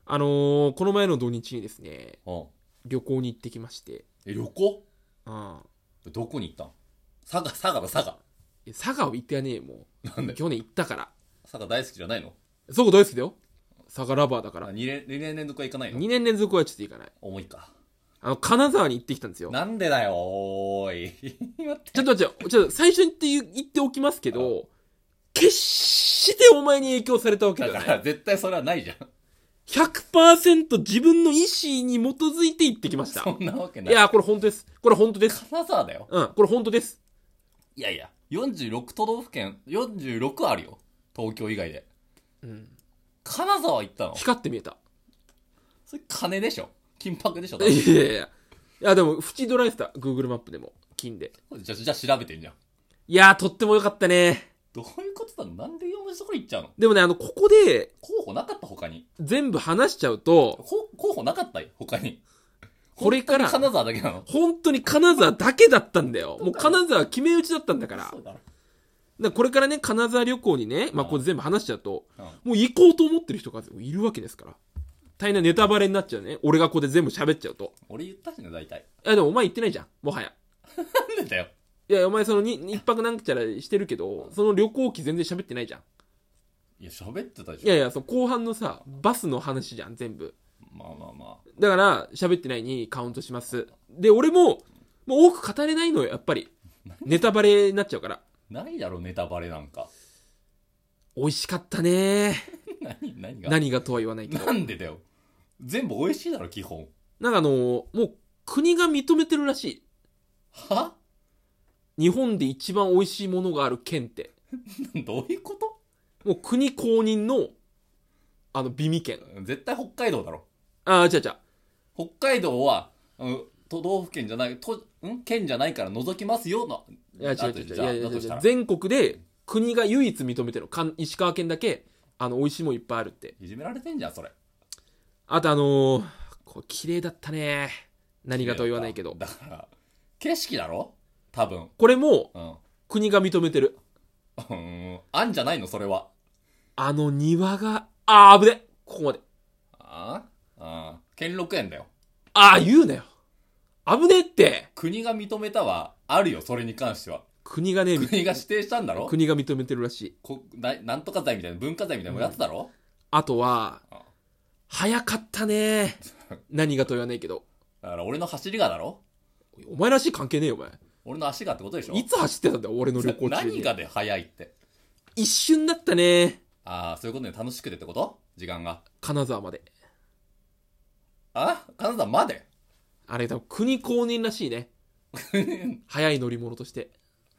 この前の土日にですね、 うん。 旅行に行ってきまして。 旅行うん。 どこに行ったん？佐賀。 佐賀は行ってやねえもう。 なんで去年行ったから。 佐賀大好きじゃないの？ そこ大好きだよ。佐賀ラバーだから。 2年連続は行かないの？ 2年連続はちょっと行かない。 重いか。 金沢に行ってきたんですよ。 なんでだよ、おーい。 ちょっと待って、ちょっと最初に言っておきますけど、決してお前に影響されたわけじゃない。 だから絶対それはないじゃん。 100% 自分の意思に基づいて行ってきました。 そんなわけない。 いや、これ本当です。これ本当です。 金沢だよ。 うん、これ本当です。 いやいや、46都道府県、46あるよ。東京以外で。 うん。 金沢行ったの？ 光って見えた。 それ金でしょ？金箔でしょ？ いやいやいや。いや、でも、縁取られてた。Google マップでも。金で。 じゃあ調べてんじゃん。 いやー、とってもよかったね。 どういうことだ？なんで同じところ行っちゃうの？ でもね、ここで、 候補なかった他に。 全部話しちゃうと、 候補なかったよ他に。 これから、 金沢だけなの？ 本当に金沢だけだったんだよ。もう金沢決め打ちだったんだから。 そうだろ。 だからこれからね、金沢旅行にね、まあ、これ全部話しちゃうと、 うんもう行こうと思ってる人がいるわけですから。大変なネタバレになっちゃうね。俺がここで全部喋っちゃうと。 俺言ったしね、大体。 いや、でもお前言ってないじゃん。もはや。 なんでだよ。 いや、お前一泊なんちゃらしてるけど、その旅行記全然喋ってないじゃん。 いや、喋ってたでしょ。 いやいや、その後半のさ、バスの話じゃん、全部。 まあ。 だから、喋ってないにカウントします。で、俺もう多く語れないのよ、やっぱり。ネタバレになっちゃうから。 ないだろ、ネタバレなんか。 美味しかったね。 何が何がとは言わないけど。 なんでだよ。全部美味しいだろ、基本。 なんかもう国が認めてるらしはい。 日本で一番美味しいものがある県って。 どういうこと？ もう国公認の、美味県。 絶対北海道だろ。 違う。 北海道は、都道府県じゃない、県じゃないから除きますよの。 いや、違う。 じゃあだとしたら全国で国が唯一認めてるの。石川県だけ、美味しいもんいっぱいあるって。 いじめられてんじゃん、それ。 あとこう綺麗だったね。何がとは言わないけど。 だから、景色だろ多分。 これも、 うん。 国が認めてる。 あんじゃないのそれは。 庭が、危ね。ここまで。 兼六園だよ。 言うなよ。危ねって。 国が認めたは、あるよ、それに関しては。 国がね、 国が指定したんだろ？ 国が認めてるらしい。 なんとか財みたいな、文化財みたいなやつだろ？ あとは、早かったね。何がと言わないけど。 だから俺の走りがだろ？ お前らしい関係ねえよ、お前。 俺の足がってことでしょ？ いつ走ってたんだよ、俺の旅行中に。 何がで速いって。 一瞬だったね。 そういうことね、楽しくてってこと？時間が。 金沢まで。 金沢まで？ あれ多分国公認らしいね。速い乗り物として。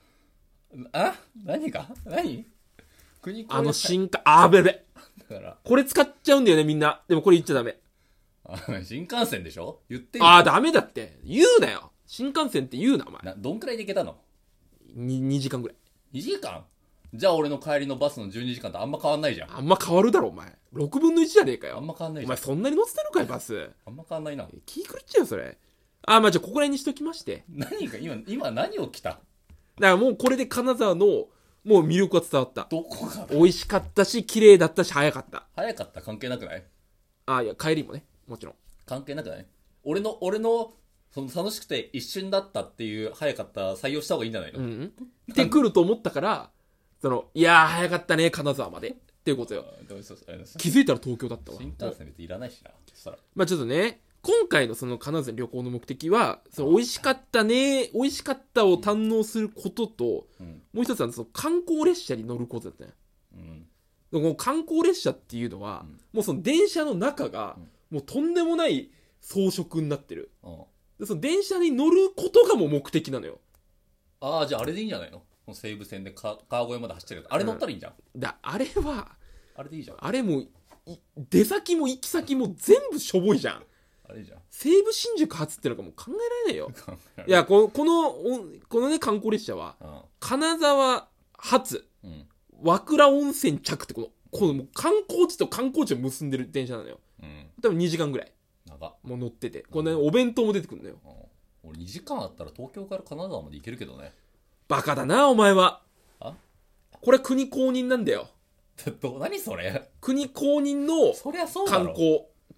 何国公認。 べ。 だから。 これ使っちゃうんだよね、みんな。でもこれ言っちゃダメ。 新幹線でしょ？言ってんじゃん。 ダメだって。言うなよ。新幹線って言うな、お前。 どんくらいで行けたの ？2時間ぐらい。 2時間？じゃあ俺の帰りのバスの12時間とあんま変わんないじゃん。 あんま変わるだろ、お前。6分の1じゃねえかよ。 あんま変わんないじゃん。 お前そんなに乗ってたのかよ、バス。 あんま変わんないな。 気狂っちゃうよ、それ。じゃあここら辺にしときまして。 今何を着た？ だからもうこれで金沢の、もう魅力が伝わった。 どこが？ 美味しかったし、綺麗だったし、早かった。 早かった関係なくない？ いや、帰りもね、もちろん。 関係なくない？俺の、その楽しくて一瞬だったっていう早かった採用した方がいいんじゃないの？ ってくると思ったから、いやー早かったね、金沢まで。っていうことよ。気づいたら東京だったわ。 新幹線別にいらないしな。そしたら。 まあちょっとね、今回のその金沢旅行の目的は、美味しかったね、美味しかったを堪能することと、もう一つはその観光列車に乗ることだったね。この観光列車っていうのは、もうその電車の中が、もうとんでもない装飾になってる。でその電車に乗ることがもう目的なのよ。 じゃああれでいいんじゃないの？西武線で川越まで走ってるあれ乗ったらいいんじゃん。 あれは、 あれでいいじゃん。 あれも出先も行き先も全部しょぼいじゃん。 あれじゃん。 西武新宿発ってのがもう考えられないよ。いや、このね、観光列車は、金沢発、和倉温泉着ってこのもう観光地と観光地を結んでる電車なのよ。多分2時間ぐらい。もう乗ってて。このね、お弁当も出てくるんだよ。 俺2時間あったら東京から金沢まで行けるけどね。 バカだな、お前は。これ国公認なんだよ。 何それ？ 国公認のそりゃそうだろ。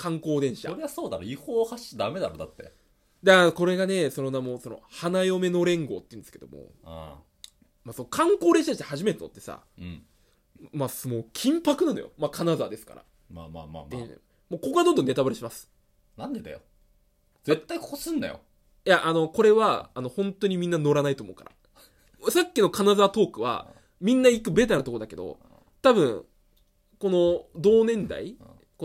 観光電車。 そりゃそうだろ、違法発信ダメだろ、だって。 だからこれがね、その名も、花嫁の連合って言うんですけども、まあ、その観光列車として初めて乗ってさ、まあ、もう緊迫なのよ。まあ、金沢ですから。 まあ。 もうここはどんどんネタバレします。 なんでだよ。絶対ここすんなよ。 いや、これは、本当にみんな乗らないと思うから。さっきの金沢トークは、みんな行くベタなとこだけど、多分、この同年代、こう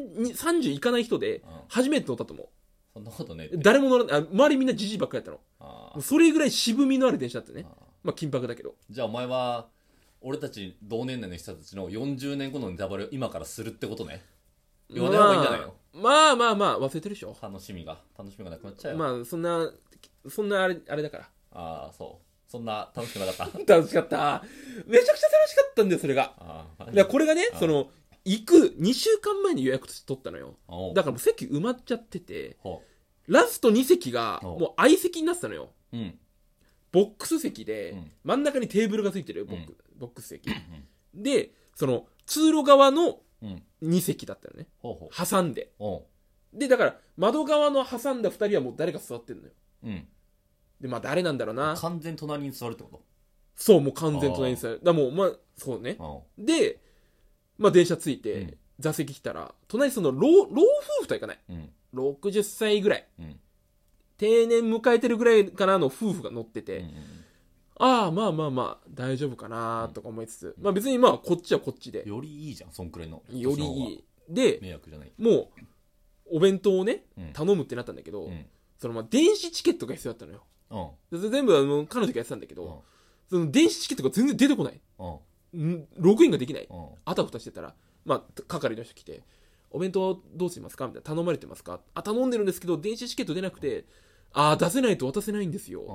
30いかない人で、初めて乗ったと思う。 そんなことね。 誰も乗らない。周りみんなジジイばっかりやったの。それぐらい渋みのある電車だったね。まあ、緊迫だけど。 じゃあお前は、俺たち同年代の人たちの40年後のネタバレを今からするってことね。言わない方がいいんじゃないの？ まあ忘れてるでしょ。 楽しみがなくなっちゃうよ。 まあそんなあれだから。 ああ、そう。そんな楽しくなかった。 楽しかった。めちゃくちゃ楽しかったんだよ、それが。これがね、行く2週間前に予約取ったのよ。だからもう席埋まっちゃってて、ラスト2席がもう相席になってたのよ。ボックス席で、真ん中にテーブルがついてるよ、ボックス席。で、通路側の2席だったよね。挟んで。で、だから、窓側の挟んだ2人はもう誰か座ってんのよ。で、まあ誰なんだろうな。 完全隣に座るってこと？ そう、もう完全隣に座る。だもう、まあ、そうね。で、まあ電車着いて、座席来たら、隣に老夫婦とはいかない。60歳ぐらい。定年迎えてるぐらいかなの夫婦が乗ってて、ああ、まあ、大丈夫かなとか思いつつ、まあ別にまあこっちはこっちで。 よりいいじゃん、そんくらいの。 よりいい。で、 迷惑じゃない。 もう、お弁当をね、頼むってなったんだけど、まあ電子チケットが必要だったのよ。全部彼女がやってたんだけど、その電子チケットが全然出てこない。ログインができない。あたふたしてたら、まあ、係の人来て、お弁当どうしますかみたいな。頼まれてますか？頼んでるんですけど、電子チケット出なくて、出せないと渡せないんですよ。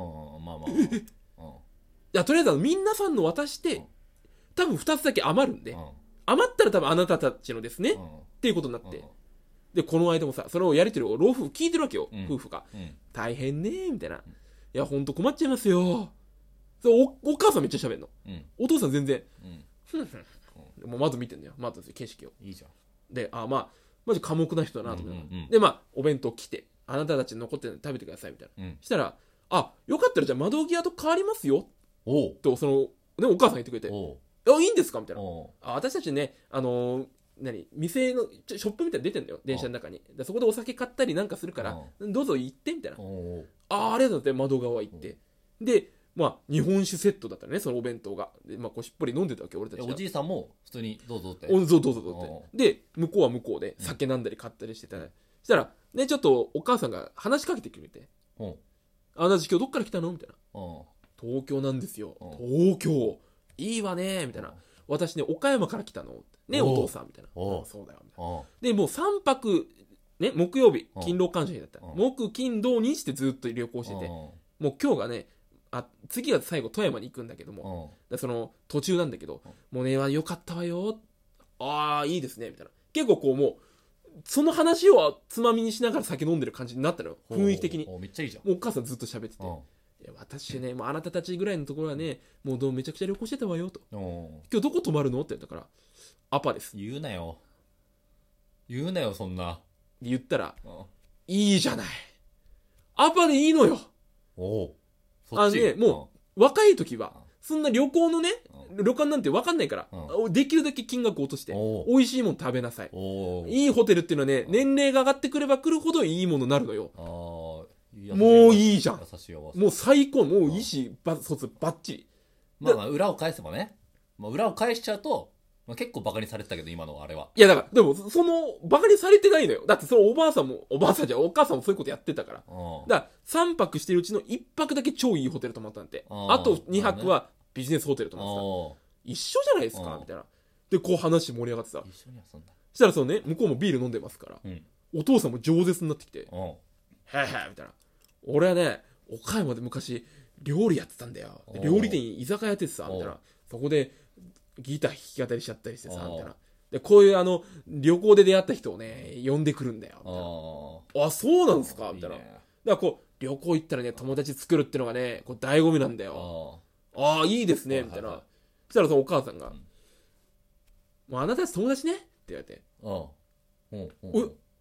いや、とりあえず皆さんの渡して、多分2つだけ余るんで、余ったら多分あなたたちのですね、っていうことになって。で、この間もさ、それをやりとりを老夫婦聞いてるわけよ、夫婦が。大変ねー、みたいな。いや、ほんと困っちゃいますよ。お母さんめっちゃ喋るの。お父さん全然、もう窓見てんだよ。窓で景色を。 いいじゃん。 で、マジ寡黙な人だなと思って。で、まあ、お弁当来て、あなたたち残ってるの食べてください、みたいな。したら、よかったらじゃあ窓際と変わりますよ。と、ね、お母さん言ってくれて、いいんですかみたいな。私たちね、店のショップみたいに出てんだよ、電車の中に。そこでお酒買ったりなんかするから、どうぞ行って、みたいな。ありがとうって窓側行って。で、まあ、日本酒セットだったね、そのお弁当が。で、まあ、こうしっぽり飲んでたわけ、俺たちは。 おじいさんも普通にどうぞって。 どうぞって。で、向こうは向こうで酒飲んだり買ったりしてたね。そしたら、ね、ちょっとお母さんが話しかけてくれて。あなた今日どっから来たのみたいな。東京なんですよ。東京。いいわねみたいな。私ね、岡山から来たの。ね、お父さんみたいな。そうだよ。みたいな。で、もう3泊、ね、木曜日、勤労感謝日だった。木、金、土、日ってずっと旅行してて。もう今日がね、次は最後富山に行くんだけども、途中なんだけど、もうね、よかったわよ。いいですね。みたいな。結構こうもう、その話をつまみにしながら酒飲んでる感じになったのよ。雰囲気的に。 めっちゃいいじゃん。 もうお母さんずっと喋ってて。いや私ね、もうあなたたちぐらいのところはね、もうめちゃくちゃ旅行してたわよと。今日どこ泊まるのって言ったから、アパです。 言うなよ、そんな。 言ったら、いいじゃない。アパでいいのよ。ね、もう、若い時は、そんな旅行のね、旅館なんて分かんないから、できるだけ金額落として、美味しいもの食べなさい。いいホテルっていうのはね、年齢が上がってくればくるほどいいものになるのよ。もういいじゃん。もう最高、もう意思疎バッチリ。 まあ裏を返せばね。裏を返しちゃうと、結構バカにされてたけど、今のあれは。 いやだから、でも、バカにされてないのよ。だってお母さんもそういうことやってたから。だから、3泊してるうちの1泊だけ超いいホテル泊まったんて。あと2泊はビジネスホテル泊まってた。一緒じゃないですか、みたいな。で、こう話盛り上がってた。 一緒に遊んだ。 したらね、向こうもビール飲んでますから、お父さんも饒舌になってきて、へへみたいな。俺はね、岡山で昔、料理やってたんだよ。料理店居酒屋やっててさ、みたいな。そこで、ギター弾き語りしちゃったりしてさ、みたいな。で、こういう旅行で出会った人をね、呼んでくるんだよ。そうなんすかみたいな。だからこう、旅行行ったらね、友達作るってのがね、こう、醍醐味なんだよ。いいですね、みたいな。そしたらお母さんが、もうあなたたち友達ねって言われて。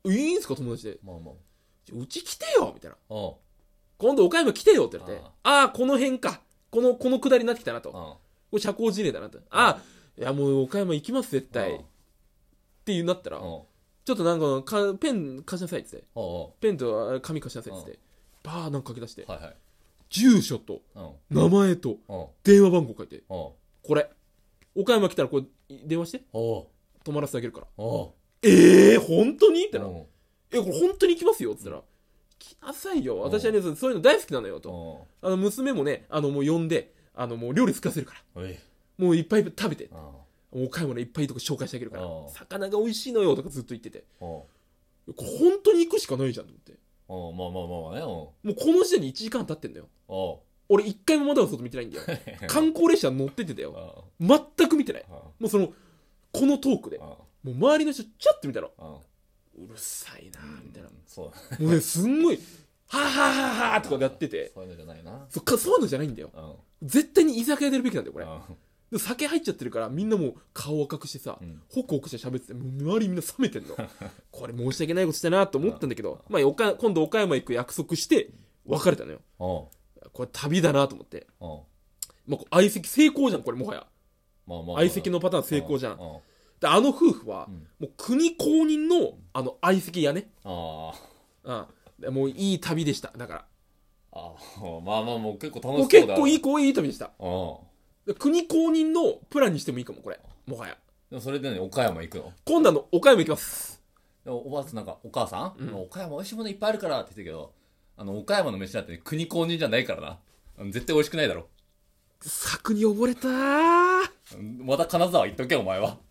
いいんすか友達で。 まあまあ。 うち来てよみたいな。 うん。 今度岡山来てよって言われて。 あああ、この辺か。この下りになってきたなと。これ社交辞令だなと。ああ、いやもう岡山行きます絶対。っていうなったら、ちょっとなんかペン貸しなさいって言って。ペンと紙貸しなさいって言って。バーなんか書き出して。 はいはい。 住所と、名前と、電話番号書いて。これ。岡山来たらこれ電話して。泊まらせてあげるから。本当にってな。これ本当に行きますよって言ったら。来なさいよ。私はね、そういうの大好きなのよと。娘もね、もう呼んで、もう料理作らせるから。もういっぱい食べて。岡山のいっぱいいいとこ紹介してあげるから。魚が美味しいのよとかずっと言ってて。これ本当に行くしかないじゃんと思って。 まあまあまあね。 もうこの時点で1時間経ってんだよ。俺一回もまだ外見てないんだよ。観光列車乗っててだよ。全く見てない。もうこのトークで。もう周りの人ちょっと見たら、うるさいなみたいな。もうね、すんごい、はぁはぁはぁはぁとかやってて。 そういうのじゃないな。 そういうのじゃないんだよ。絶対に居酒屋出るべきなんだよ、これ。で酒入っちゃってるからみんなもう顔赤くしてさ、ホクホクして喋ってて、もう周りみんな冷めてんの。これ申し訳ないことしたなと思ったんだけど、まあ今度岡山行く約束して別れたのよ。これ旅だなと思って。まあ相席成功じゃん、これもはや。相席のパターン成功じゃん。で夫婦は、もう国公認の相席屋ね。もういい旅でした。だから。 まあまあもう結構楽しそうだ。 結構いい旅でした。国公認のプランにしてもいいかも、これ。もはや。 でもそれでね、岡山行くの？ 今度岡山行きます。 でもおばあさんなんか、お母さん、岡山美味しいものいっぱいあるからって言ってるけど、岡山の飯なんて、ね、国公認じゃないからな。絶対美味しくないだろ。 策に溺れたー。 また金沢行っとけ、お前は。